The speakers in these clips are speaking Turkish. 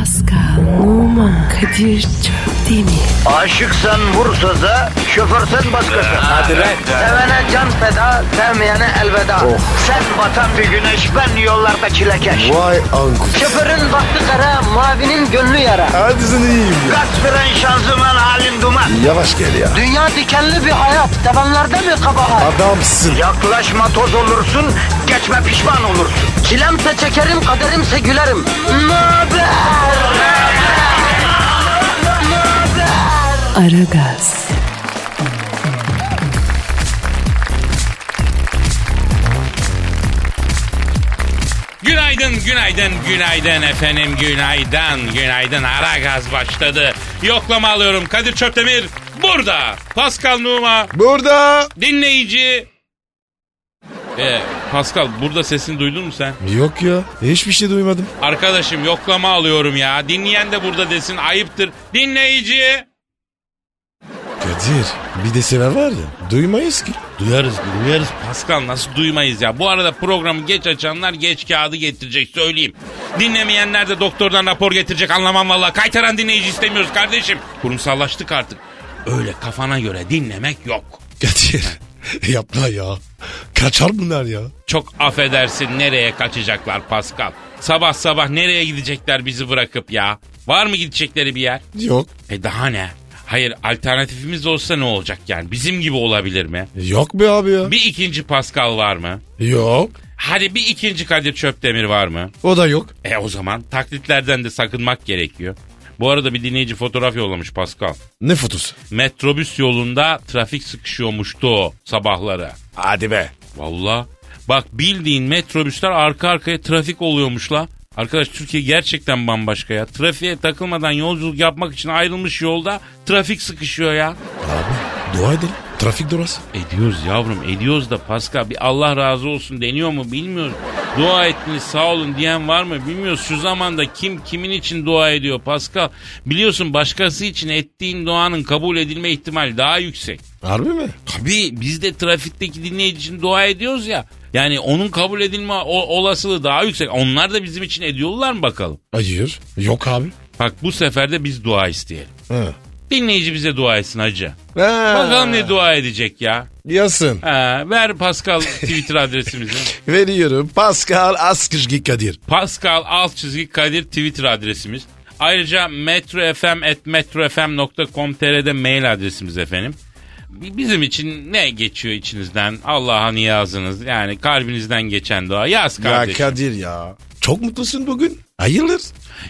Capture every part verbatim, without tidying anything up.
Pascal, Oman, Kadir çok değil mi? Aşıksan vursa da, şoförsen başkasın. Hadi lan. Sevene can feda, sevmeyene elveda. Oh. Sen batan bir güneş, ben yollarda çilekeş. Vay anku. Şoförün baktı kara, mavinin gönlü yara. Hadi sen iyiyim ya. Kasperen şanzıman halin duman. Yavaş gel ya. Dünya dikenli bir hayat, sevenlerde mi kabahar? Adamsın. Yaklaşma toz olursun, geçme pişman olursun. Çilemse çekerim, kaderimse gülerim. Möber! Aragaz. Günaydın, günaydın, günaydın efendim, günaydın, günaydın. Aragaz başladı. Yoklama alıyorum. Kadir Çöptemir burada. Pascal Numa Burada. dinleyici. Ee, Pascal, burada sesini duydun mu sen? Yok ya. Hiçbir şey duymadım. Arkadaşım, yoklama alıyorum ya. Dinleyen de burada desin, ayıptır. Dinleyici. Kadir, bir de sever var ya. Duymayız ki. Duyarız, duyarız Pascal, nasıl duymayız ya. Bu arada programı geç açanlar geç kağıdı getirecek, söyleyeyim. Dinlemeyenler de doktordan rapor getirecek, anlamam valla. Kaytaran dinleyici istemiyoruz kardeşim. Kurumsallaştık artık. Öyle kafana göre dinlemek yok. Kadir, yapma ya. Kaçar bunlar ya. Çok affedersin, nereye kaçacaklar Pascal? Sabah sabah nereye gidecekler bizi bırakıp ya? Var mı gidecekleri bir yer? Yok. E daha ne? Hayır, alternatifimiz olsa ne olacak yani? Bizim gibi olabilir mi? Yok be abi ya. Bir ikinci Pascal var mı? Yok. Hadi bir ikinci Kadir Çöptemir var mı? O da yok. E o zaman taklitlerden de sakınmak gerekiyor. Bu arada bir dinleyici fotoğraf yollamış Pascal. Ne fotosu? Metrobüs yolunda trafik sıkışıyormuştu o sabahları. Hadi be. Vallahi bak, bildiğin metrobüsler arka arkaya trafik oluyormuş la. Arkadaş, Türkiye gerçekten bambaşka ya. Trafiğe takılmadan yolculuk yapmak için ayrılmış yolda trafik sıkışıyor ya. Abi dua edelim. Trafik durası. Ediyoruz yavrum, ediyoruz da Pascal, bir Allah razı olsun deniyor mu bilmiyoruz. Dua ettiniz sağ olun diyen var mı bilmiyoruz. Şu zamanda kim kimin için dua ediyor Pascal? Biliyorsun, başkası için ettiğin duanın kabul edilme ihtimali daha yüksek. Harbi mi? Tabii, biz de trafikteki dinleyici için dua ediyoruz ya. Yani onun kabul edilme o- olasılığı daha yüksek. Onlar da bizim için ediyorlar mı bakalım? Hayır. Yok abi. Bak, bu sefer de biz dua isteyelim. He. Dinleyici bize dua etsin hacı. Ha. Bakalım ne dua edecek ya. Yasın. Ha, ver Pascal Twitter adresimizi. Veriyorum. Pascal Askışgi Kadir. Pascal alt çizgi Kadir Twitter adresimiz. Ayrıca metrofm at metrofm nokta com nokta tr'de mail adresimiz efendim. Bizim için ne geçiyor içinizden? Allah'a niyazınız, yani kalbinizden geçen dua. Yaz kardeşim. Ya Kadir ya. Çok mutlusun bugün. Hayırdır?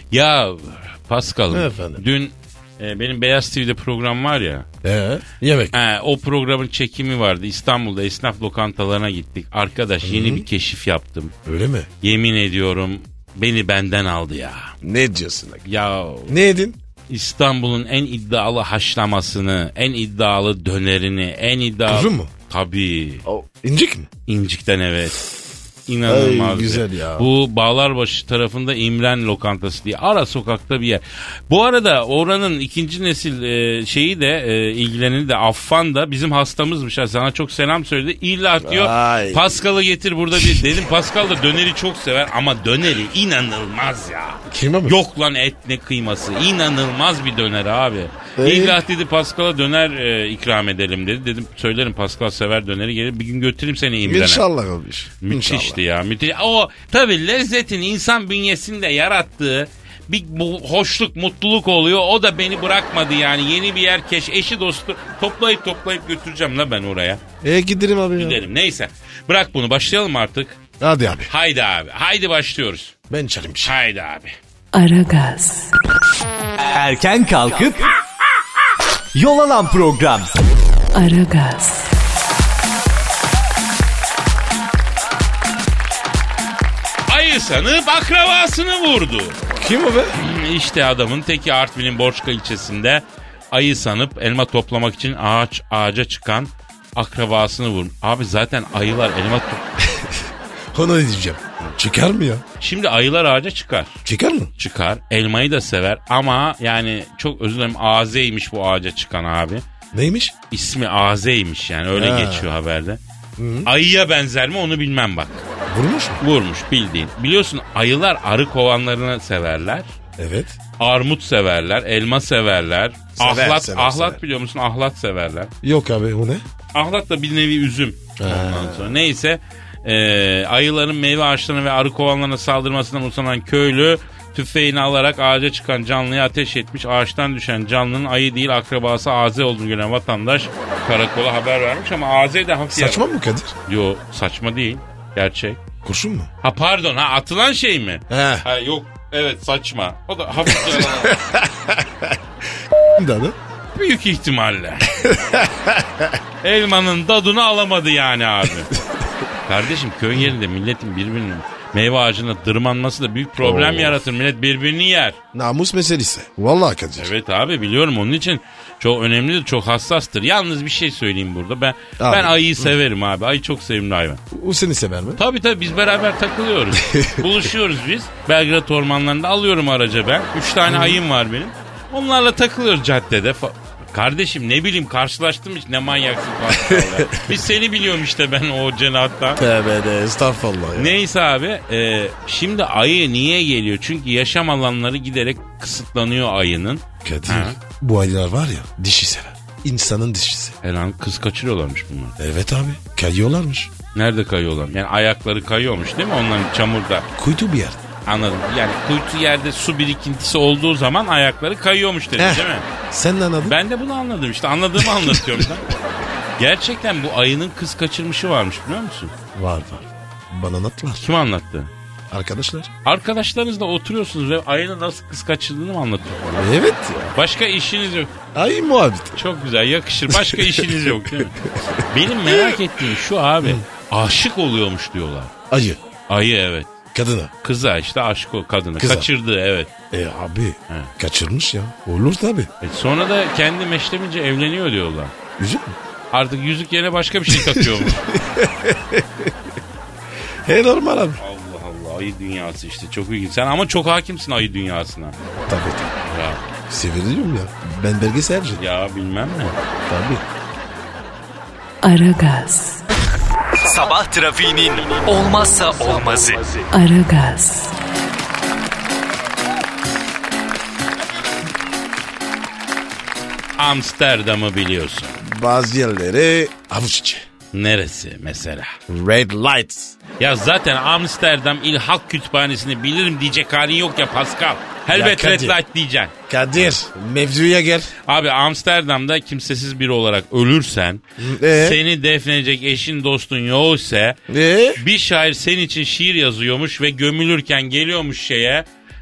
Ya Pascal'ım, Efendim? dün e, benim Beyaz T V'de program var ya. Ee, yemek. He, o programın çekimi vardı. İstanbul'da esnaf lokantalarına gittik. Arkadaş, Hı-hı. yeni bir keşif yaptım. Öyle mi? Yemin ediyorum beni benden aldı ya. Ne diyorsun? Ya Ne yedin? İstanbul'un en iddialı haşlamasını, en iddialı dönerini, en iddialı... Kuzu mu? Tabii. O, incik mi? İncik'ten, evet. İnanılmaz. Ay, güzel ya. Bu Bağlarbaşı tarafında İmren Lokantası diye ara sokakta bir yer. Bu arada oranın ikinci nesil e, şeyi de e, ilgileneni de Affan da bizim hastamızmış. Ha, sana çok selam söyledi. İlla diyor Ay. Pascal'ı getir burada bir. Dedim Pascal da döneri çok sever ama döneri inanılmaz ya. Kıyma mı? Yok lan, et ne kıyması. İnanılmaz bir döner abi. Ee? İlla dedi Pascal'a döner e, ikram edelim dedi. Dedim söylerim, Pascal sever döneri, gelir bir gün götüreyim seni İmren'e. İnşallah kardeş. Müthişti ya, müthiş. O tabii lezzetin insan bünyesinde yarattığı bir bu, hoşluk, mutluluk oluyor. O da beni bırakmadı yani. Yeni bir yer keş, eşi dostu toplayıp toplayıp götüreceğim la ben oraya. E gidelim abi ya. Gidelim, neyse. Bırak bunu, başlayalım artık. Hadi abi. Haydi abi, haydi başlıyoruz. Ben içerim bir şey. Haydi abi. Aragaz. Erken kalkıp yol alan program. Aragaz. Ayı sanıp akrabasını vurdu. Kim o be? İşte adamın teki Artvin'in Borçka ilçesinde ayı sanıp elma toplamak için ağaç ağaca çıkan akrabasını vurmuş. Abi zaten ayılar elma top... Ona ne diyeceğim? Çıkar mı ya? Şimdi ayılar ağaca çıkar. Çıkar mı? Çıkar. Elmayı da sever ama yani çok özür dilerim, Aze'ymiş bu ağaca çıkan abi. Neymiş? İsmi Aze'ymiş yani, öyle Ha. geçiyor haberde. Hı. Ayıya benzer mi onu bilmem bak. Vurmuş mu? Vurmuş bildiğin. Biliyorsun ayılar arı kovanlarını severler. Evet. Armut severler, elma severler. Sever, ahlat sever, ahlat sever. biliyor musun? Ahlat severler. Yok abi o ne? Ahlat da bir nevi üzüm. Ondan sonra. Neyse e, ayıların meyve ağaçlarına ve arı kovanlarına saldırmasından usanan köylü tüfeğini alarak ağaca çıkan canlıya ateş etmiş. Ağaçtan düşen canlının ayı değil akrabası Aze olduğunu gören vatandaş karakola haber vermiş ama Aze de hafif Saçma mı Kadir? Yo saçma değil. Gerçek. Kurşun mu? Ha pardon ha atılan şey mi? He. Ha yok evet saçma. O da hafif Dadı. büyük ihtimalle. Elmanın tadını alamadı yani abi. Kardeşim köy yerinde milletin birbirinin meyve ağacına tırmanması da büyük problem Oo. yaratır. Millet birbirini yer. Namus meselesi. Vallahi Kadir. Evet abi biliyorum onun için çok önemlidir, çok hassastır. Yalnız bir şey söyleyeyim burada. Ben Abi. ben ayıyı severim abi. Ayı çok sevimli hayvan. O seni sever mi? Tabii tabii biz beraber takılıyoruz. Buluşuyoruz biz. Belgrad ormanlarında alıyorum araca ben. Üç tane ayım var benim. Onlarla takılıyoruz caddede. Fa- Kardeşim ne bileyim karşılaştım hiç ne manyaksın Pascal'la. Biz seni biliyorum işte ben o cenahtan. Tövbe de estağfurullah ya. Neyse abi e, şimdi ayı niye geliyor? Çünkü yaşam alanları giderek kısıtlanıyor ayının. Kadir Ha. bu ayılar var ya dişi sever. İnsanın dişisi. Her an kız kaçırıyorlarmış bunlar. Evet abi kayıyorlarmış. Nerede kayıyorlar? Yani ayakları kayıyormuş değil mi onların çamurda? Kuytu bir yer. Anladım. Yani kuytu yerde su birikintisi olduğu zaman ayakları kayıyormuş dedi Heh. değil mi? Sen ne anladın? Ben de bunu anladım işte. Anladığımı anlatıyorum ben. Gerçekten bu ayının kız kaçırmışı varmış biliyor musun? Var var. Bana anlattılar. Kim anlattı? Arkadaşlar. Arkadaşlarınızla oturuyorsunuz ve ayının nasıl kız kaçırdığını mı anlatıyorsunuz? Evet ya. Başka işiniz yok. Ay muhabbeti. Çok güzel yakışır. Başka işiniz yok değil mi? Benim merak ettiğim şu abi. Aşık oluyormuş diyorlar. Ayı. Ayı evet. Kadına. Kıza işte aşık o kadına. Kıza. Kaçırdı evet. E abi kaçırmış ya. Olur tabi. E sonra da kendi meşlemince evleniyor diyorlar. Yüzük mü? Artık yüzük yerine başka bir şey takıyormuş. He normal abi. Allah Allah ayı dünyası işte çok ilginç. Sen ama çok hakimsin ayı dünyasına. Tabii tabii. Ya, Seviliyorum ya. Ben belgeselci. ya bilmem ne. Tabii. Aragaz, Sabah trafiğinin olmazsa olmazı. Aragaz, Amsterdam'ı biliyorsun. Bazı yerleri avuç içi. Neresi mesela? Red lights. Ya zaten Amsterdam İl Halk Kütüphanesi'ni bilirim diyecek halin yok ya Pascal. Elbet Ya Red Kadir. Light diyeceksin. Kadir mevzuya gel. Abi Amsterdam'da kimsesiz biri olarak ölürsen, Ee? seni defnedecek eşin dostun yoksa, Ee? bir şair senin için şiir yazıyormuş ve gömülürken geliyormuş şeye,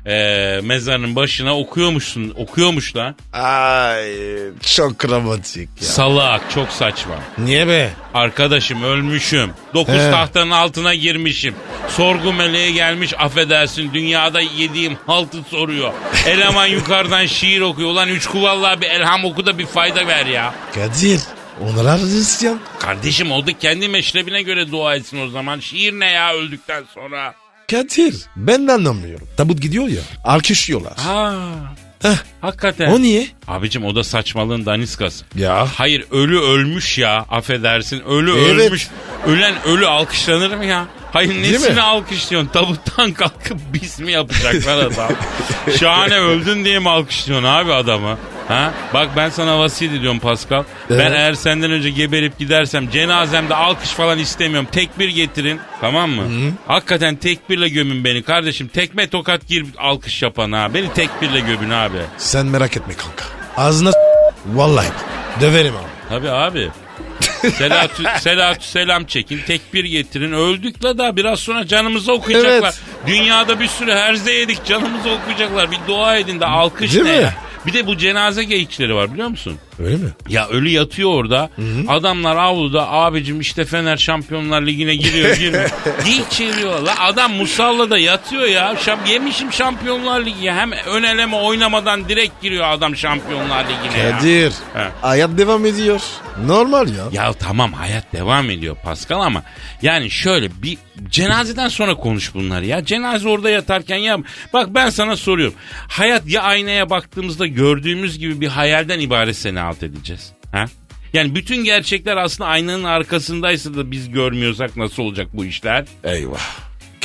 e, mezarın başına okuyormuşsun, okuyormuş lan. Ay çok romantik ya. Salak, çok saçma. Niye be? Arkadaşım ölmüşüm. Dokuz He. tahtanın altına girmişim. Sorgu meleği gelmiş affedersin dünyada yediğim haltı soruyor. Eleman yukarıdan şiir okuyor. Ulan üç kuvallahi bir elham oku da bir fayda ver ya. Kadir onlar Hristiyan. Kardeşim o da kendi meşrebine göre dua etsin o zaman. Şiir ne ya öldükten sonra? Kadir ben de anlamıyorum. Tabut gidiyor ya alkışlıyorlar. Ha, Heh, hakikaten. o niye? Abicim o da saçmalığın daniskası. Ya. Hayır ölü ölmüş ya affedersin. Ölü Evet. ölmüş. Ölen ölü alkışlanır mı ya? Hayır Değil nesini mi? alkışlıyorsun? Tabuttan kalkıp bis mi yapacaklar adam? Şahane öldün diye mi alkışlıyorsun abi adamı? Ha? Bak ben sana vasiyet ediyorum Pascal. Ben Evet. eğer senden önce geberip gidersem cenazemde alkış falan istemiyorum. Tekbir getirin tamam mı? Hakikaten tekbirle gömün beni kardeşim. Tekme tokat gir alkış yapan ha. Beni tekbirle gömün abi. Sen merak etme kanka. Ağzına s- vallahi bak. Döverim abi. Tabii abi. Selatü, selatü selam çekin. Tekbir getirin. Öldük la da biraz sonra canımızı okuyacaklar. Evet. Dünyada bir sürü herze yedik. Canımızı okuyacaklar. Bir dua edin de alkış Değil ne mi? ya? Bir de bu cenaze geyikçileri var biliyor musun? Öyle mi? Ya ölü yatıyor orada. Adamlar avluda abicim işte Fener Şampiyonlar Ligi'ne giriyor girmiyor. Geyik çeviriyorlar. La adam musallada yatıyor ya. Şam, yemişim Şampiyonlar Ligi. Hem ön eleme oynamadan direkt giriyor adam Şampiyonlar Ligi'ne ya. Kadir. He. Hayat devam ediyor. Normal ya. Ya tamam hayat devam ediyor Pascal ama yani şöyle bir cenazeden sonra konuş bunları ya. Cenaze orada yatarken ya bak ben sana soruyorum. Hayat ya aynaya baktığımızda gördüğümüz gibi bir hayalden ibaretse ne halt edeceğiz? Ha? Yani bütün gerçekler aslında aynanın arkasındaysa da biz görmüyorsak nasıl olacak bu işler? Eyvah.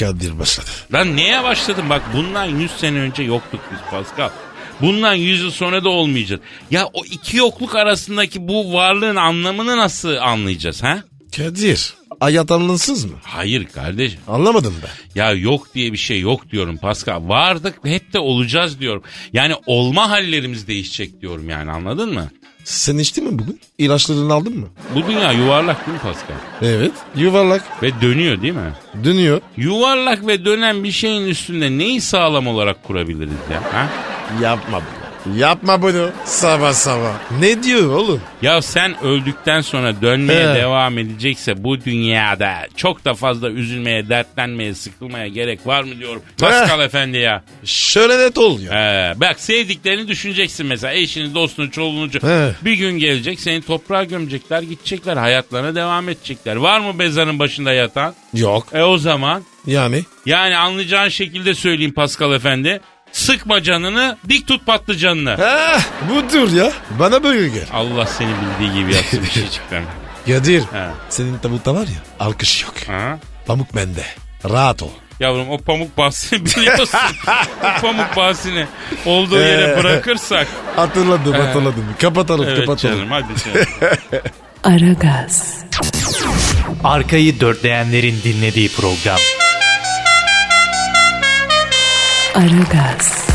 Kadir başladı. Lan neye başladın? Bak bundan yüz sene önce yoktuk biz Pascal. Bundan yüz yıl sonra da olmayacağız. Ya o iki yokluk arasındaki bu varlığın anlamını nasıl anlayacağız ha? Kadir hayat anlamsız mı? Hayır kardeşim. Anlamadım ben. Ya yok diye bir şey yok diyorum Pascal. Vardık ve hep de olacağız diyorum. Yani olma hallerimiz değişecek diyorum yani, anladın mı? Sen içtin mi bugün? İlaçlarını aldın mı? Bu dünya yuvarlak değil mi Pascal? Evet. Yuvarlak. Ve dönüyor değil mi? Dönüyor. Yuvarlak ve dönen bir şeyin üstünde neyi sağlam olarak kurabiliriz ya? Ha? Yapma bunu. Yapma bunu. Sabah sabah. Ne diyor oğlum? Ya sen öldükten sonra dönmeye He. devam edecekse bu dünyada çok da fazla üzülmeye, dertlenmeye, sıkılmaya gerek var mı diyorum. Pascal Efendi ya. Şöyle net ol ya. He, bak sevdiklerini düşüneceksin mesela. Eşini, dostunu, çoluğunu. He. Bir gün gelecek seni toprağa gömecekler, gidecekler. Hayatlarına devam edecekler. Var mı mezarın başında yatan? Yok. E o zaman Yani? yani anlayacağın şekilde söyleyeyim Pascal Efendi. Sıkma canını, dik tut patlıcanını. Ha, budur ya. Bana böyle gel. Allah seni bildiği gibi yapsın bir şey çıktı. Kadir. He. Senin tabutta var ya. Alkış yok. Ha? Pamuk bende. Rahat ol. Yavrum o pamuk bahsini biliyorsun. O pamuk bahsini olduğu yere bırakırsak. Hatırladım He. hatırladım. Kapatalım Evet kapatalım. canım hadi canım. Aragaz, Arkayı dörtleyenlerin dinlediği program. Aragaz,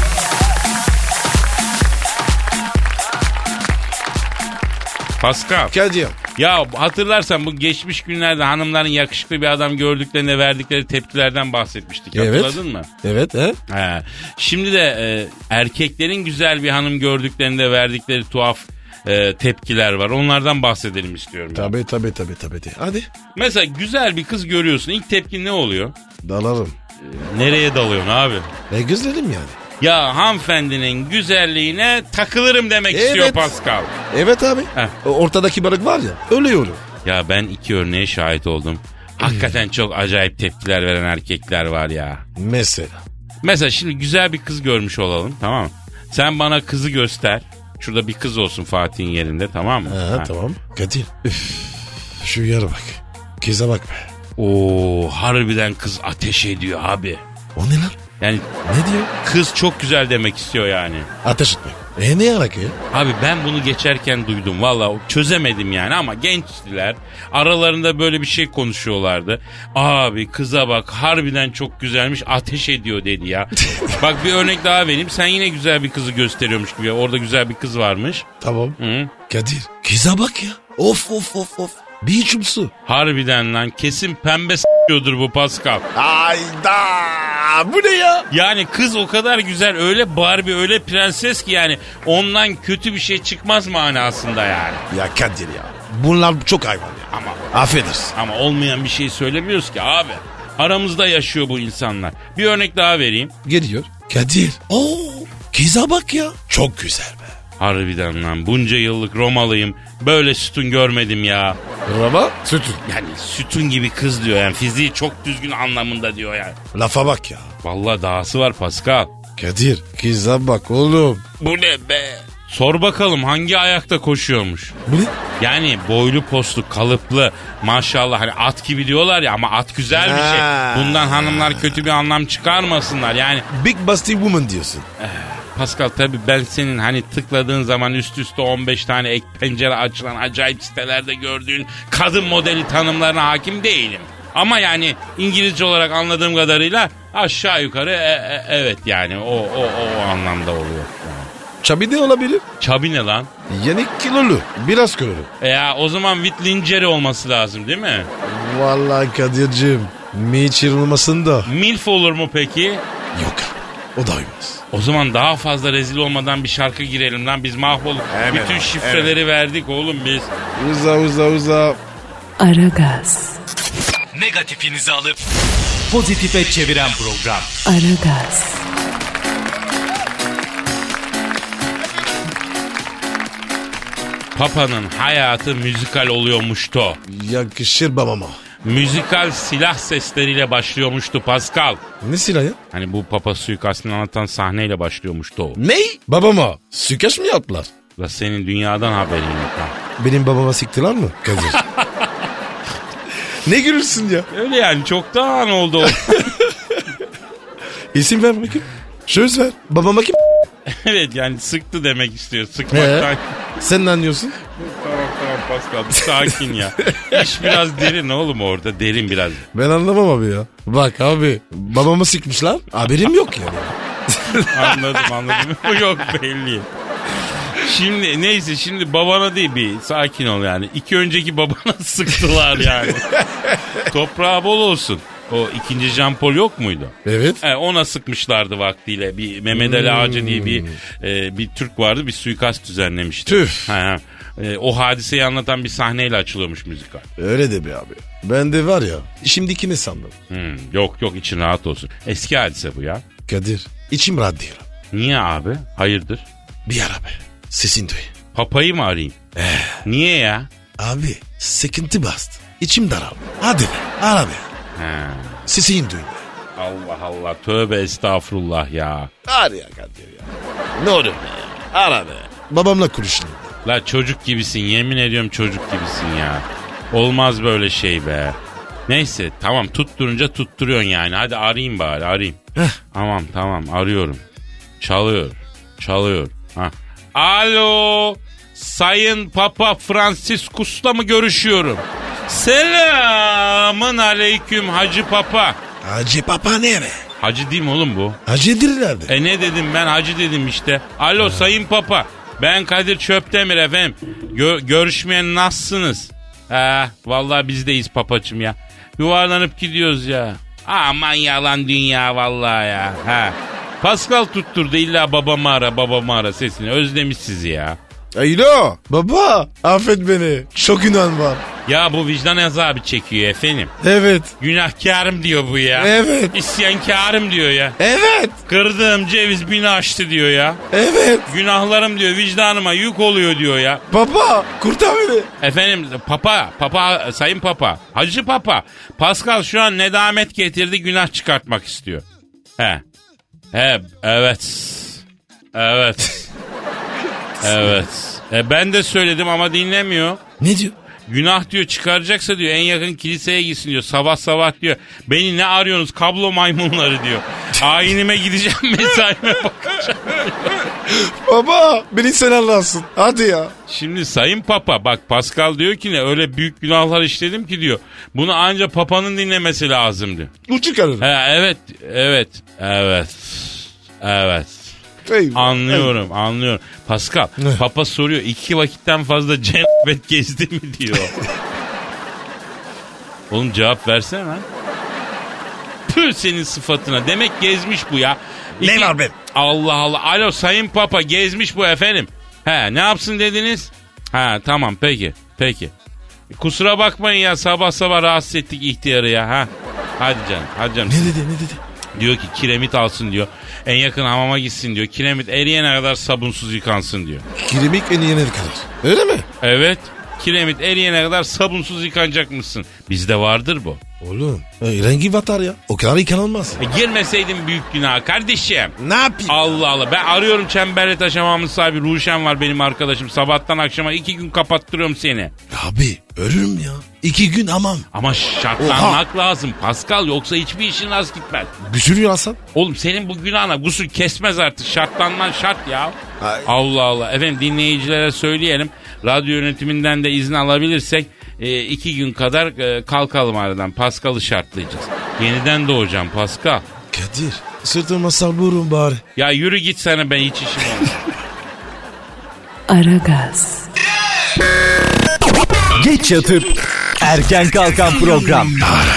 Pascal. Kadir. Ya hatırlarsan bu geçmiş günlerde hanımların yakışıklı bir adam gördüklerinde verdikleri tepkilerden bahsetmiştik. Evet. Hatırladın mı? Evet he. He. Şimdi de e, erkeklerin güzel bir hanım gördüklerinde verdikleri tuhaf e, tepkiler var. Onlardan bahsedelim istiyorum. ben. Tabii tabii tabii tabii. Hadi. Mesela güzel bir kız görüyorsun. İlk tepkin ne oluyor? Dalarım. Nereye dalıyorsun abi? E güzelim yani. Ya hanımefendinin güzelliğine takılırım demek Evet. istiyor Pascal. Evet abi. Heh. O ortadaki balık var ya. Ölüyorum. Ya ben iki örneğe şahit oldum. Hakikaten çok acayip tepkiler veren erkekler var ya. Mesela. Mesela şimdi güzel bir kız görmüş olalım, tamam mı? Sen bana kızı göster. Şurada bir kız olsun Fatih'in yerinde, tamam mı? Ha, Ha. tamam. Kadir. Üf. Şu yere bak. Kıza bak be. Oo, harbiden kız ateş ediyor abi. O ne lan? Yani Ne diyor? kız çok güzel demek istiyor yani. Ateş etmek. E ne alaka ya? Abi ben bunu geçerken duydum. Vallahi çözemedim yani ama gençtiler. Aralarında böyle bir şey konuşuyorlardı. Abi kıza bak harbiden çok güzelmiş, ateş ediyor dedi ya. Bak bir örnek daha vereyim. Sen yine güzel bir kızı gösteriyormuş gibi. Orada güzel bir kız varmış. Tamam. Hı. Kadir. Kıza bak ya. Of of of of. Bir içim su. Harbiden lan kesin pembe s**yordur bu Pascal. Ayda. Bu ne ya? Yani kız o kadar güzel, öyle Barbie, öyle prenses ki yani ondan kötü bir şey çıkmaz manasında yani. Ya Kadir ya. Bunlar çok hayvan ya. Ama Affedersin. ama olmayan bir şey söylemiyoruz ki abi. Aramızda yaşıyor bu insanlar. Bir örnek daha vereyim. Geliyor. Kadir. Oo. Kıza bak ya. Çok güzel be. Harbiden lan bunca yıllık Romalıyım. Böyle sütun görmedim ya. Rama sütün. Yani sütun gibi kız diyor yani fiziği çok düzgün anlamında diyor yani. Lafa bak ya. Vallahi dahası var Pascal. Kadir. Kıza bak oğlum. Bu ne be? Sor bakalım hangi ayakta koşuyormuş? Bu ne? Yani boylu postlu kalıplı maşallah hani at gibi diyorlar ya ama at güzel bir şey. Ha. Bundan hanımlar kötü bir anlam çıkarmasınlar yani. Big Busty Woman diyorsun. Pascal tabii ben senin hani tıkladığın zaman üst üste on beş tane ek pencere açılan acayip sitelerde gördüğün kadın modeli tanımlarına hakim değilim. Ama yani İngilizce olarak anladığım kadarıyla aşağı yukarı e, e, evet yani o, o, o, o anlamda oluyor. Çabi de olabilir. Çabi ne lan? Yani kilolu. Biraz kilolu. E ya o zaman Whitlinger olması lazım değil mi? Vallahi Kadir'cim. Miçir olmasın da. Milf olur mu peki? Yok abi. O da uymaz. O zaman daha fazla rezil olmadan bir şarkı girelim lan biz mahvolduk. Hemen Bütün abi, şifreleri verdik oğlum biz. Uza uza uza. Aragaz, Negatifinizi alıp pozitife çeviren program. Aragaz, Papa'nın hayatı müzikal oluyormuştu. Yakışır babama. Müzikal silah sesleriyle başlıyormuştu Pascal. Ne silah ya? Hani bu Papa suikastını anlatan sahneyle başlıyormuştu o. Ne? Babama. Sükaş mı yaptılar? La senin dünyadan haberin yok ha. Benim babama siktiler mi Kadir? Ne gülürsün ya? Öyle yani çoktan oldu o. İsim ver bakayım. Söz ver. Babama kim? Evet yani sıktı demek istiyor. Sıkmaktan. Ee, sen ne anlıyorsun? Tamam tamam Pascal bir sakin ya. İş biraz derin oğlum orada. Derin biraz. Ben anlamam abi ya. Bak abi babamı sıkmışlar. Haberim yok yani. Anladım anladım. Yok belli. Şimdi neyse şimdi babana değil bir sakin ol yani. İki önceki babana sıktılar yani. Toprağı bol olsun. O ikinci Jean Paul yok muydu? Evet. E, ona sıkmışlardı vaktiyle. Bir Mehmet Ali Ağca diye bir e, bir Türk vardı. Bir suikast düzenlemişti. Tüh. Ha, ha. E, o hadiseyi anlatan bir sahneyle açılıyormuş müzikal. Öyle de be abi. Ben de var ya şimdikini sandım. Hmm, yok yok için rahat olsun. Eski hadise bu ya. Kadir içim rahat değil. Niye abi? Hayırdır? Bir ara be. Sesin duy. Papayı mı arayayım? Niye ya? Abi sıkıntı bastı. İçim daraldı. Hadi be ara be. Ha. Sesini duy be. Allah Allah tövbe estağfurullah ya. Ar ya Kadir ya. Ne olur be ya. Ara be. Babamla konuşayım. La çocuk gibisin yemin ediyorum çocuk gibisin ya. Olmaz böyle şey be. Neyse tamam tutturunca tutturuyorsun yani. Hadi arayayım bari arayayım. Heh. Tamam tamam arıyorum. Çalıyor. Çalıyor. Ha. Alo. Sayın Papa Franciscus'la mı görüşüyorum? Selamın aleyküm Hacı Papa. Hacı Papa ne be? Hacı değil mi oğlum bu? Hacıdır nerede? E ne dedim ben hacı dedim işte. Alo Sayın Papa. Ben Kadir Çöptemir efendim. Gö- görüşmeyen nasılsınız? Ha, vallahi bizdeyiz papacım ya. Yuvarlanıp gidiyoruz ya. Aman yalan dünya vallahi ya. Ha. Pascal tutturdu illa babamı ara babamı ara sesini. Özlemiş sizi ya. Alo baba affet beni. Çok günahım var. Ya bu vicdan azabı çekiyor efendim. Evet. Günahkarım diyor bu ya. Evet. İsyankarım diyor ya. Evet. Kırdığım ceviz bini aştı diyor ya. Evet. Günahlarım diyor vicdanıma yük oluyor diyor ya. Baba kurtar beni. Efendim papa, papa, sayın papa, hacı papa. Pascal şu an nedamet getirdi günah çıkartmak istiyor. He. He, evet. Evet. Evet. E ben de söyledim ama dinlemiyor. Ne diyor? Günah diyor çıkaracaksa diyor en yakın kiliseye gitsin diyor. Sabah sabah diyor. Beni ne arıyorsunuz kablo maymunları diyor. Ayinime gideceğim mesaime bakacağım. Baba beni sen Allah'sın. Hadi ya. Şimdi sayın papa bak Pascal diyor ki ne öyle büyük günahlar işledim ki diyor. Bunu ancak papanın dinlemesi lazım diyor. Uçuk ararım. Ha, evet evet evet evet. Eyvallah. Anlıyorum anlıyorum. Pascal Ne? papa soruyor iki vakitten fazla cennet gezdi mi diyor. Oğlum cevap versene lan. Püh senin sıfatına. Demek gezmiş bu ya. Ne var be? Allah Allah. Alo sayın papa gezmiş bu efendim. He ne yapsın dediniz? Ha tamam peki peki. Kusura bakmayın ya sabah sabah rahatsız ettik ihtiyarı ya. Ha. Hadi canım hadi canım. Ne dedi ne dedi? Diyor ki kiremit alsın diyor. En yakın hamama gitsin diyor. Kiremit eriyene kadar sabunsuz yıkansın diyor. Kiremik en iyene kadar. Öyle mi? Evet. Kiremit eriyene kadar sabunsuz yıkanacak mısın? Bizde vardır bu. Oğlum e, rengi batar ya. O kadar yıkanılmaz. E, girmeseydin büyük günah kardeşim. Ne yapayım? Allah Allah. Ben arıyorum Çemberli Taş Hamamı sahibi Ruşen var benim arkadaşım. Sabahtan akşama iki gün kapattırıyorum seni. Abi ölürüm ya. İki gün amam. Ama şartlanmak lazım Pascal yoksa hiçbir işin rast gitmez. Güsül Hasan. Oğlum senin bu günahına gusül kesmez artık. Şartlanman şart ya. Ay. Allah Allah. Efendim dinleyicilere söyleyelim. Radyo yönetiminden de izin alabilirsek e, iki gün kadar e, kalkalım aradan. Pascal'ı şartlayacağız. Yeniden doğacağım Pascal. Kadir sırtıma saburum bari. Ya yürü git sana ben hiç işim olmaz. Aragaz, Geç yatıp erken kalkan program.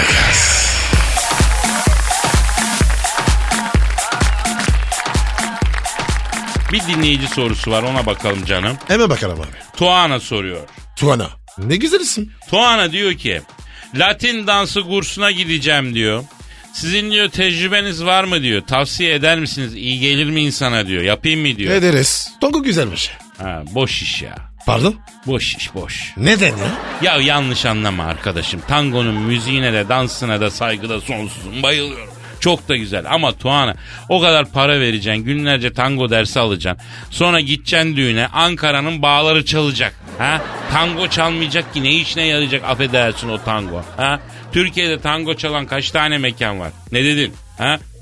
Bir dinleyici sorusu var ona bakalım canım. Hemen bakalım abi. Tuana soruyor. Tuana. Ne güzel isim. Tuana diyor ki Latin dansı kursuna gideceğim diyor. Sizin diyor tecrübeniz var mı diyor. Tavsiye eder misiniz? İyi gelir mi insana diyor. Yapayım mı diyor. Ederiz. Tongu güzelmiş. Ha, boş iş ya. Pardon? Boş iş boş. Neden ya? Ya yanlış anlama arkadaşım. Tangonun müziğine de dansına da saygıda sonsuzum. Bayılıyorum. Çok da güzel ama Tuana o kadar para vereceksin. Günlerce tango dersi alacaksın. Sonra gideceksin düğüne Ankara'nın bağları çalacak. Ha? Tango çalmayacak ki ne işine yarayacak affedersin o tango. Ha? Türkiye'de tango çalan kaç tane mekan var? Ne dedin? Ha?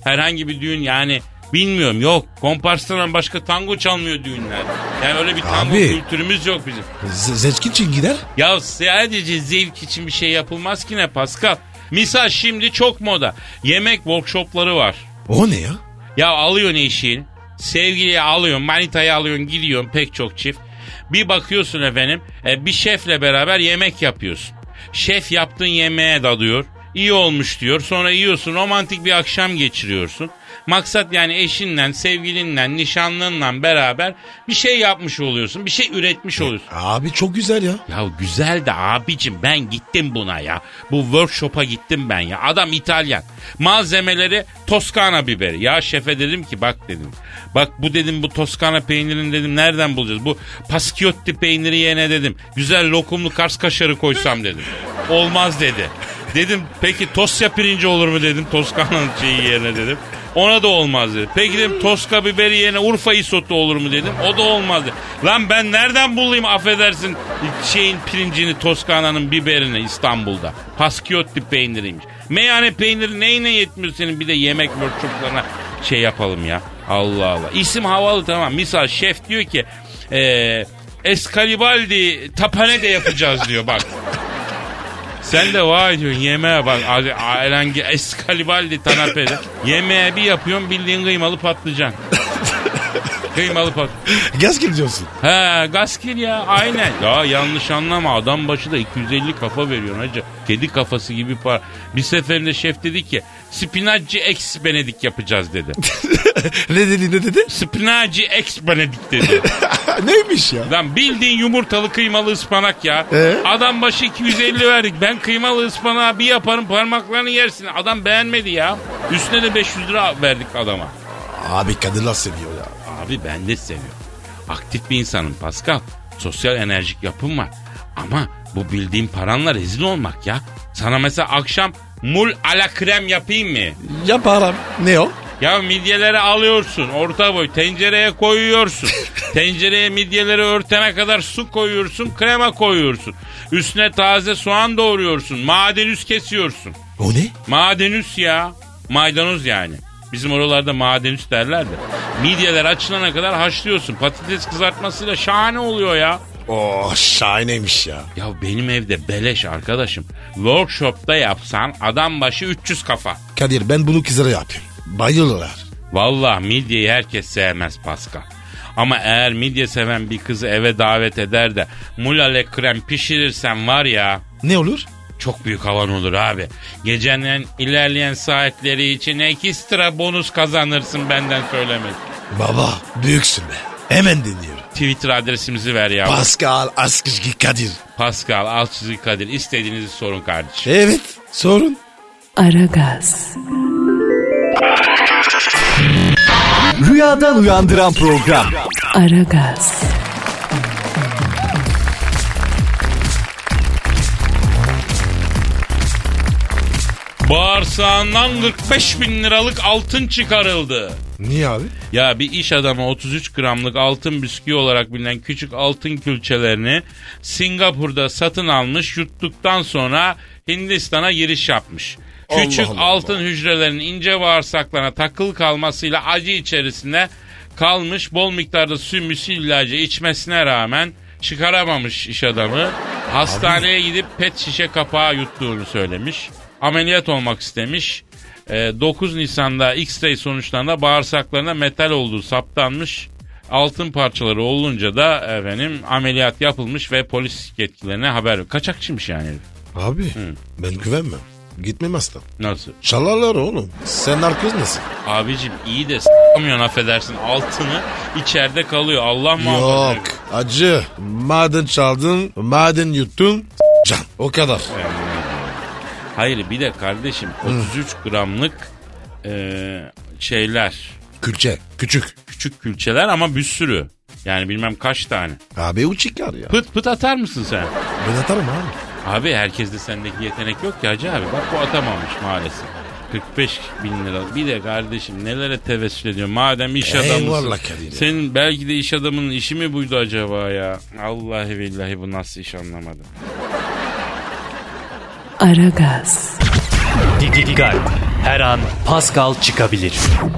herhangi bir düğün yani bilmiyorum yok. Komparstan başka tango çalmıyor düğünler. Yani öyle bir tango Abi. kültürümüz yok bizim. Z- zevk için gider. Ya sadece zevk için bir şey yapılmaz ki ne Pascal? Misal şimdi çok moda. Yemek workshopları var. O ne ya? Ya alıyorsun eşiğini. Sevgiliyi alıyorsun, manitayı alıyorsun, gidiyorsun pek çok çift. Bir bakıyorsun efendim e, bir şefle beraber yemek yapıyorsun. Şef yaptığın yemeğe dadıyor. İyi olmuş diyor. Sonra yiyorsun, romantik bir akşam geçiriyorsun. Maksat yani eşinle, sevgilinle, nişanlınla beraber bir şey yapmış oluyorsun. Bir şey üretmiş oluyorsun. Abi çok güzel ya. Ya güzel de abicim ben gittim buna ya. Bu workshop'a gittim ben ya. Adam İtalyan. Malzemeleri Toskana biberi. Ya şefe dedim ki bak dedim. Bak bu dedim bu Toskana peynirini dedim nereden bulacağız? Bu Paschiotti peyniri yerine dedim. Güzel lokumlu Kars kaşarı koysam dedim. Olmaz dedi. Dedim peki Tosya pirinci olur mu dedim Toskana'nın şeyi yerine dedim. Ona da olmaz dedi. Peki dedim Toska biberi yerine Urfa isotu olur mu dedim. O da olmaz dedi. Lan ben nereden bulayım affedersin şeyin pirincini Toskana'nın biberini İstanbul'da. Paschiotti peyniriymiş. Meyhane peyniri neyine yetmiyor senin bir de yemek workshoplarına şey yapalım ya. Allah Allah. İsim havalı tamam. Misal şef diyor ki ee, Escalibaldi tapane de yapacağız diyor bak. Sen de vay diyorsun yemeğe bak Alengi Escalibaldi tanapede. Yemeğe bir yapıyorsun bildiğin kıymalı patlıcan. Kıymalı patlıcan. Gaskil diyorsun. He gaskil ya aynen. Ya yanlış anlama adam başı da iki yüz elli kafa veriyorsun hacı. Kedi kafası gibi para. Bir seferinde şef dedi ki spinacci ex benedik yapacağız dedi. Ne dedi ne dedi? Spinacci ex benedik dedi. Neymiş ya? Lan bildiğin yumurtalı kıymalı ıspanak ya. Ee? Adam başı iki yüz elli verdik. Ben kıymalı ıspanağı bir yaparım parmaklarını yersin. Adam beğenmedi ya. Üstüne de beş yüz lira verdik adama. Abi kadınlar seviyor ya. Abi ben de seviyorum. Aktif bir insanım Pascal. Sosyal enerjik yapım var. Ama bu bildiğim paranla rezil olmak ya. Sana mesela akşam mul ala krem yapayım mı? Yaparım. Ne o? Ya midyeleri alıyorsun orta boy tencereye koyuyorsun. Tencereye midyeleri örtene kadar su koyuyorsun krema koyuyorsun. Üstüne taze soğan doğruyorsun madenüs kesiyorsun. O ne? Madenüs ya maydanoz yani. Bizim oralarda madenüs derler de. Midyeler açılana kadar haşlıyorsun. Patates kızartmasıyla şahane oluyor ya. Oh şahaneymiş ya. Ya benim evde beleş arkadaşım. Workshop'ta yapsan adam başı üç yüz kafa. Kadir ben bunu kızlara yapayım. Bayılırlar. Vallahi midyeyi herkes sevmez Pascal. Ama eğer midye seven bir kızı eve davet eder de mulale krem pişirirsen var ya. Ne olur? Çok büyük havan olur abi. Gecenin ilerleyen saatleri için ekstra bonus kazanırsın benden söylemez. Baba büyüksün be. Hemen dinliyorum. Twitter adresimizi ver ya. Pascal Askışki Kadir. Pascal Askışki Kadir. İstediğinizi sorun kardeşim. Evet sorun. Aragaz. Rüyadan uyandıran program. Aragaz. Bağırsağından kırk beş bin liralık altın çıkarıldı. Niye abi? Ya bir iş adamı otuz üç gramlık altın bisküvi olarak bilinen küçük altın külçelerini Singapur'da satın almış, yuttuktan sonra Hindistan'a giriş yapmış. Allah Küçük Allah altın Allah. hücrelerinin ince bağırsaklarına takılı kalmasıyla acı içerisinde kalmış, bol miktarda sümüsü ilacı içmesine rağmen çıkaramamış iş adamı. Hastaneye gidip pet şişe kapağı yuttuğunu söylemiş. Ameliyat olmak istemiş. dokuz Nisan'da X-ray sonuçlarında bağırsaklarına metal olduğu saptanmış. Altın parçaları olunca da efendim ameliyat yapılmış ve polis yetkililerine haber ver. Kaçakçıymış yani. Abi Hı. ben güvenmem. Gitmem aslan. Nasıl? Çalarlar oğlum. Sen narkoz nasıl? Abicim iyi de s**amıyorsun affedersin. Altını içeride kalıyor. Allah muhafaza. Yok acı. Maden çaldın, maden yuttun. Can o kadar. Hayır bir de kardeşim otuz üç gramlık e, şeyler. Külçe küçük. Küçük külçeler ama bir sürü. Yani bilmem kaç tane. Abi o çıkar ya. Pıt pıt atar mısın sen? Ben atarım abi. Abi herkeste sendeki yetenek yok ki hacı abi. Bak bu atamamış maalesef. kırk beş bin lira. Bir de kardeşim nelere tevessül ediyor. Madem iş adamısın. Eyvallah Kadir. Senin belki de iş adamının işi mi buydu acaba ya? Vallahi billahi bu nasıl iş anlamadım. Aragaz. Dikkat. Her an Pascal çıkabilir.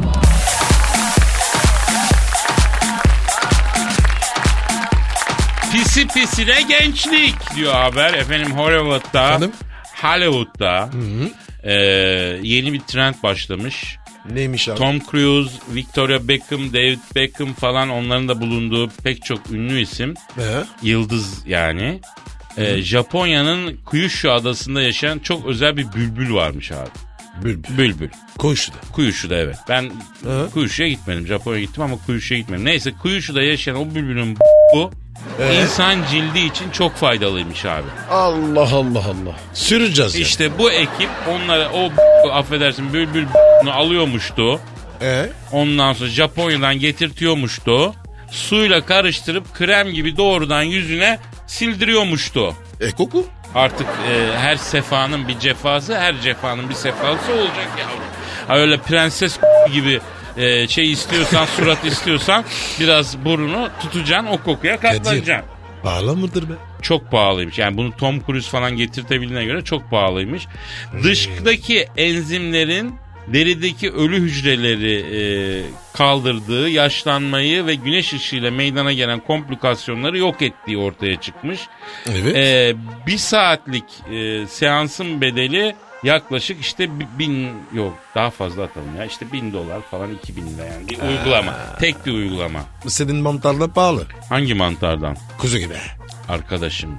Pisi pisine gençlik diyor haber. Efendim Hollywood'da, Efendim? Hollywood'da e, yeni bir trend başlamış. Neymiş abi? Tom Cruise, Victoria Beckham, David Beckham falan onların da bulunduğu pek çok ünlü isim. Ee? Yıldız yani. E, Japonya'nın Kyushu adasında yaşayan çok özel bir bülbül varmış abi. Bülbül. Bülbül. Koştu. Kyushu'da evet. Ben Hı? Kyushu'ya gitmedim. Japonya'ya gittim ama Kyushu'ya gitmedim. Neyse Kyushu'da yaşayan o bülbülün bu Ee? insan cildi için çok faydalıymış abi. Allah Allah Allah. Süreceğiz ya. İşte bu ekip onlara o affedersin bülbül alıyormuştu. Ee? Ondan sonra Japonya'dan getirtiyormuştu. Suyla karıştırıp krem gibi doğrudan yüzüne sildiriyormuştu. E koku? Artık e, her sefanın bir cefası, her cefanın bir sefası olacak yavrum. Ha öyle prenses gibi e, şey istiyorsan, surat istiyorsan biraz burnunu tutacaksın, o kokuya katlanacaksın. Pahalı mıdır be? Çok pahalıymış. Yani bunu Tom Cruise falan getirtebildiğine göre çok pahalıymış. Hmm. Dıştaki enzimlerin derideki ölü hücreleri e, kaldırdığı, yaşlanmayı ve güneş ışığıyla meydana gelen komplikasyonları yok ettiği ortaya çıkmış. Evet. E, bir saatlik e, seansın bedeli yaklaşık işte bin, yok daha fazla atalım ya, işte bin dolar falan, iki bin lira yani bir ha. uygulama. Tek bir uygulama. Senin mantarla pahalı. Hangi mantardan? Kuzu gibi. Arkadaşım.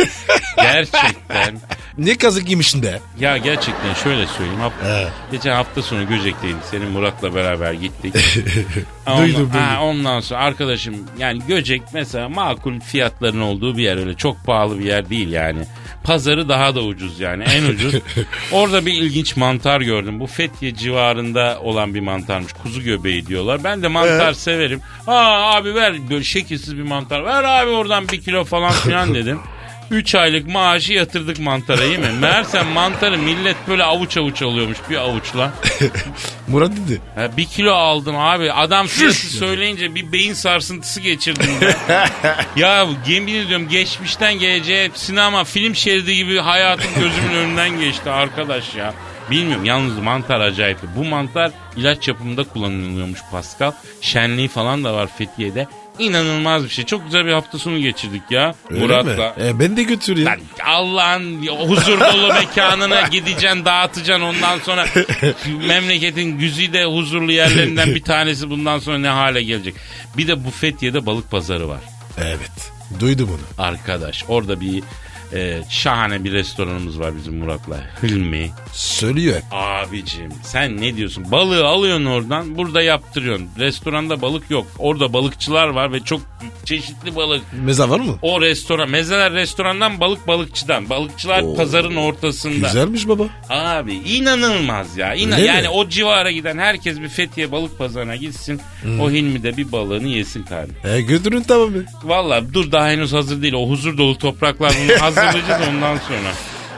Gerçekten. Ne kazık yemişsin de? Ya gerçekten şöyle söyleyeyim. Hafta, geçen hafta sonu Göcek'teydik. Senin Murat'la beraber gittik. ondan, duydum duydum. Ha, ondan sonra arkadaşım yani Göcek mesela makul fiyatların olduğu bir yer, öyle çok pahalı bir yer değil yani. Pazarı daha da ucuz yani, en ucuz. Orada bir ilginç mantar gördüm. Bu Fethiye civarında olan bir mantarmış. Kuzu göbeği diyorlar. Ben de mantar Evet. severim. Ha abi ver böyle şekilsiz bir mantar. Ver abi oradan bir kilo falan filan dedim. Üç aylık maaşı yatırdık mantara, iyi mi? Meğersem mantarı millet böyle avuç avuç alıyormuş, bir avuçla. Murat dedi. Ha, bir kilo aldım abi. Adam fiyatı söyleyince bir beyin sarsıntısı geçirdim ya. Ya yemin ediyorum geçmişten geleceğe sinema film şeridi gibi hayatım gözümün önünden geçti arkadaş ya. Bilmiyorum, yalnız mantar acayip. Bu mantar ilaç yapımında kullanılıyormuş Pascal. Şenliği falan da var Fethiye'de. İnanılmaz bir şey. Çok güzel bir hafta sonu geçirdik ya. Öyle Murat'la. mi? E, ben de götür ya. Lan Allah'ın huzur dolu mekanına gideceksin, dağıtacaksın. Ondan sonra memleketin güzide huzurlu yerlerinden bir tanesi bundan sonra ne hale gelecek. Bir de bu Fethiye'de balık pazarı var. Evet. Duydum onu. Arkadaş orada bir e, şahane bir restoranımız var bizim Murat'la. Hilmi. Söylüyor hep. Abicim sen ne diyorsun? Balığı alıyorsun oradan, burada yaptırıyorsun. Restoranda balık yok. Orada balıkçılar var ve çok çeşitli balık. Meze var mı? O restoran, mezeler restorandan, balık balıkçıdan. Balıkçılar Oo, pazarın ortasında. Güzelmiş baba. Abi inanılmaz ya. İnan Öyle yani mi? o civara giden herkes bir Fethiye balık pazarına gitsin. Hmm. O Hilmi'de bir balığını yesin kardeşim. E götürün tamam mı? Vallahi dur, daha henüz hazır değil. O huzur dolu topraklar bunu hazırlayacağız ondan sonra.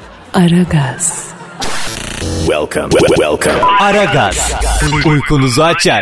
Aragaz. Welcome. Welcome. Aragaz. Uykunuzu açar.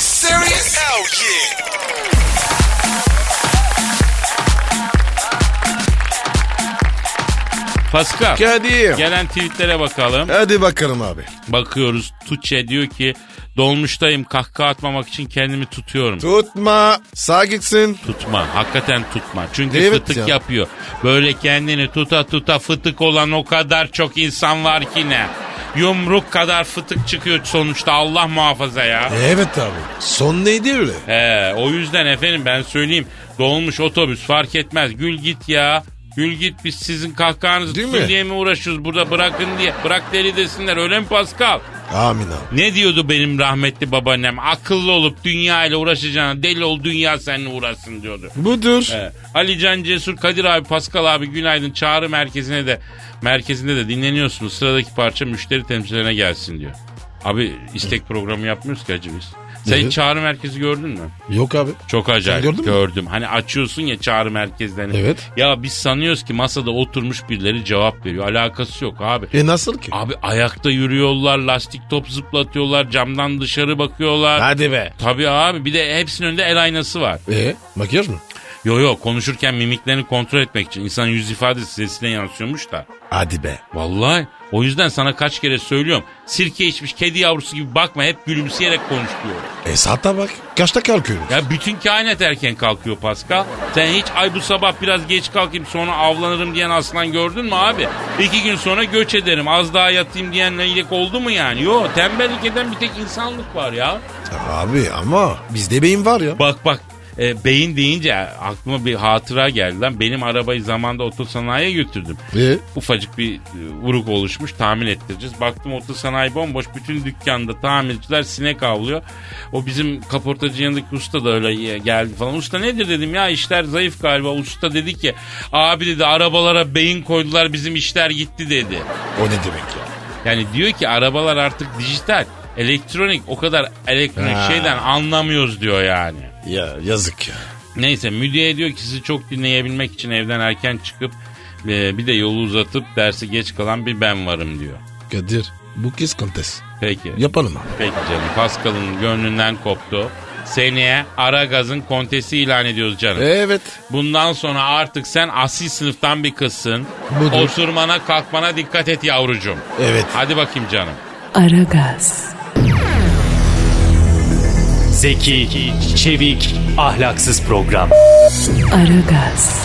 Pascal. Kadir. Gelen tweetlere bakalım. Hadi bakalım abi. Bakıyoruz. Tuğçe diyor ki dolmuştayım, kahkaha atmamak için kendimi tutuyorum. Tutma. Sağ gitsin. Tutma. Hakikaten tutma. Çünkü Evet fıtık ya. yapıyor. Böyle kendini tuta tuta fıtık olan o kadar çok insan var ki ne? Yumruk kadar fıtık çıkıyor sonuçta, Allah muhafaza ya. Evet abi. Son neydi öyle? He, o yüzden efendim ben söyleyeyim. Dolmuş, otobüs fark etmez. Gül git ya. Gül git, biz sizin kahkahanızı Değil tutun mi? diye mi uğraşıyoruz burada, bırakın diye. Bırak deli desinler, öyle mi Pascal? Amin abi. Ne diyordu benim rahmetli babaannem? Akıllı olup dünya ile uğraşacağına deli ol, dünya seninle uğraşsın diyordu. Budur. He. Ali Can Cesur, Kadir abi, Pascal abi günaydın. Çağrı merkezine de merkezinde de dinleniyorsunuz. Sıradaki parça müşteri temsilcilerine gelsin diyor. Abi istek programı yapmıyoruz ki hacı biz. Sen Evet. hiç çağrı merkezi gördün mü? Yok abi. Çok acayip gördün mü? gördüm. Hani açıyorsun ya çağrı merkezlerini. Evet. Ya biz sanıyoruz ki masada oturmuş birileri cevap veriyor. Alakası yok abi. E nasıl ki? Abi ayakta yürüyorlar, lastik top zıplatıyorlar, camdan dışarı bakıyorlar. Hadi be. Tabii abi, bir de hepsinin önünde el aynası var. E makyaj mı? Yo yo konuşurken mimiklerini kontrol etmek için insan yüz ifadesi sesine yansıyormuş da. Hadi be. Vallahi o yüzden sana kaç kere söylüyorum. Sirke içmiş kedi yavrusu gibi bakma, hep gülümseyerek konuş diyor. E saate bak. Kaçta kalkıyoruz? Ya bütün kainat erken kalkıyor Pascal. Sen hiç ay bu sabah biraz geç kalkayım sonra avlanırım diyen aslan gördün mü abi? İki gün sonra göç ederim az daha yatayım diyen leylek oldu mu yani? Yo, tembellik eden bir tek insanlık var ya. Abi ama bizde beyin var ya. Bak bak. E, beyin deyince aklıma bir hatıra geldi lan. Benim arabayı zamanda otosanayiye götürdüm. E? Ufacık bir e, vuruk oluşmuş, tamir ettireceğiz. Baktım otosanayi bomboş, bütün dükkanda tamirciler sinek avlıyor. O bizim kaportacı yanındaki usta da öyle geldi falan. Usta nedir dedim ya, işler zayıf galiba. Usta dedi ki abi dedi arabalara beyin koydular, bizim işler gitti dedi. O ne demek ya? Yani diyor ki arabalar artık dijital, elektronik, o kadar elektronik Ha. şeyden anlamıyoruz diyor yani. Ya yazık ya. Neyse müdüre diyor ki sizi çok dinleyebilmek için evden erken çıkıp e, bir de yolu uzatıp derse geç kalan bir ben varım diyor. Kadir bu kez kontes. Peki. Yapalım abi. Peki canım. Pascal'ın gönlünden koptu. Seneye Aragaz'ın kontesi ilan ediyoruz canım. Evet. Bundan sonra artık sen asil sınıftan bir kızsın. Budur. Oturmana kalkmana dikkat et yavrucuğum. Evet. Hadi bakayım canım. Aragaz, Zeki, çevik, ahlaksız program. Aragaz,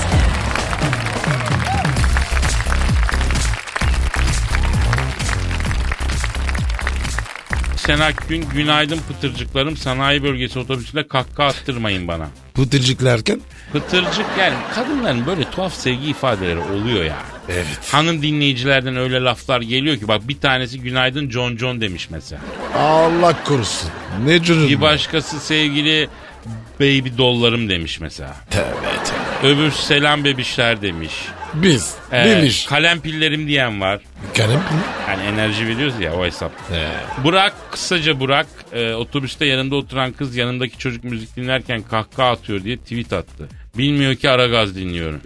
Senak Gün, günaydın pıtırcıklarım, sanayi bölgesi otobüsünde kahkaha attırmayın bana. Pıtırcıklarken? Pıtırcık yani kadınların böyle tuhaf sevgi ifadeleri oluyor ya. Evet. Hanım dinleyicilerden öyle laflar geliyor ki bak bir tanesi günaydın John John demiş mesela. Allah korusun. Ne cürüm. Bir başkası sevgili baby dollarım demiş mesela. Tövbe tövbe. Öbür selam bebişler demiş. Biz. Ee, Demiş. kalem pillerim diyen var. Kalem mi? Yani enerji veriyoruz ya o hesap. He. Burak, kısaca Burak e, otobüste yanında oturan kız yanındaki çocuk müzik dinlerken kahkaha atıyor diye tweet attı. Bilmiyor ki Aragaz dinliyorum.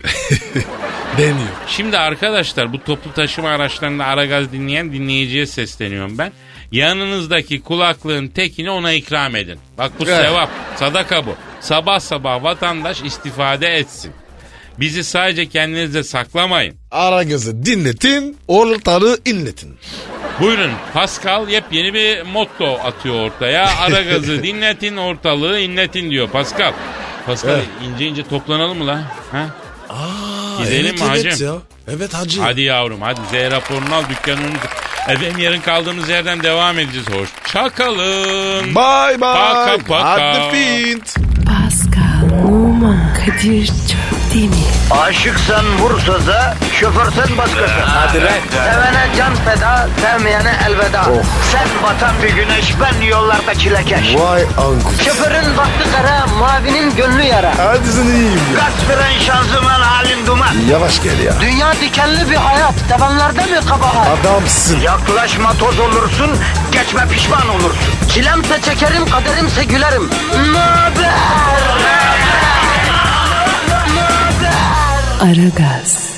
Deniyor. Şimdi arkadaşlar bu toplu taşıma araçlarında Aragaz dinleyen dinleyiciye sesleniyorum ben. Yanınızdaki kulaklığın tekini ona ikram edin. Bak bu Evet. sevap, sadaka bu. Sabah sabah vatandaş istifade etsin. Bizi sadece kendinizde saklamayın. Aragaz'ı dinletin, ortalığı inletin. Buyurun Pascal yepyeni bir motto atıyor ortaya. Aragaz'ı dinletin, ortalığı inletin diyor Pascal. Pascal Evet. ince ince toplanalım mı lan? Ha? Aa, Gidelim evet, mi evet hacım? ya. Evet hacı. Hadi yavrum hadi Z raporunu al, dükkanın önünde. Efendim yarın kaldığımız yerden devam edeceğiz. Hoşçakalın. Bye bye. Paka paka. Hadi fint. Pascal, Oman, Kadir çok değil mi? Aşıksan vursa da, şoförsen başkasın. Hadi lan. Sevene can feda, sevmeyene elveda. Sen batan bir güneş, ben yollarda çilekeş. Vay anku. Şoförün baktı kara, mavinin gönlü yara. Hadi sen iyiyim ya. Kasperen şanzıman halin duman. Yavaş gel ya. Dünya dikenli bir hayat, sevenlerde mi kabahar? Adamsın. Yaklaşma toz olursun, geçme pişman olursun. Çilemse çekerim, kaderimse gülerim. Möber! Aragaz.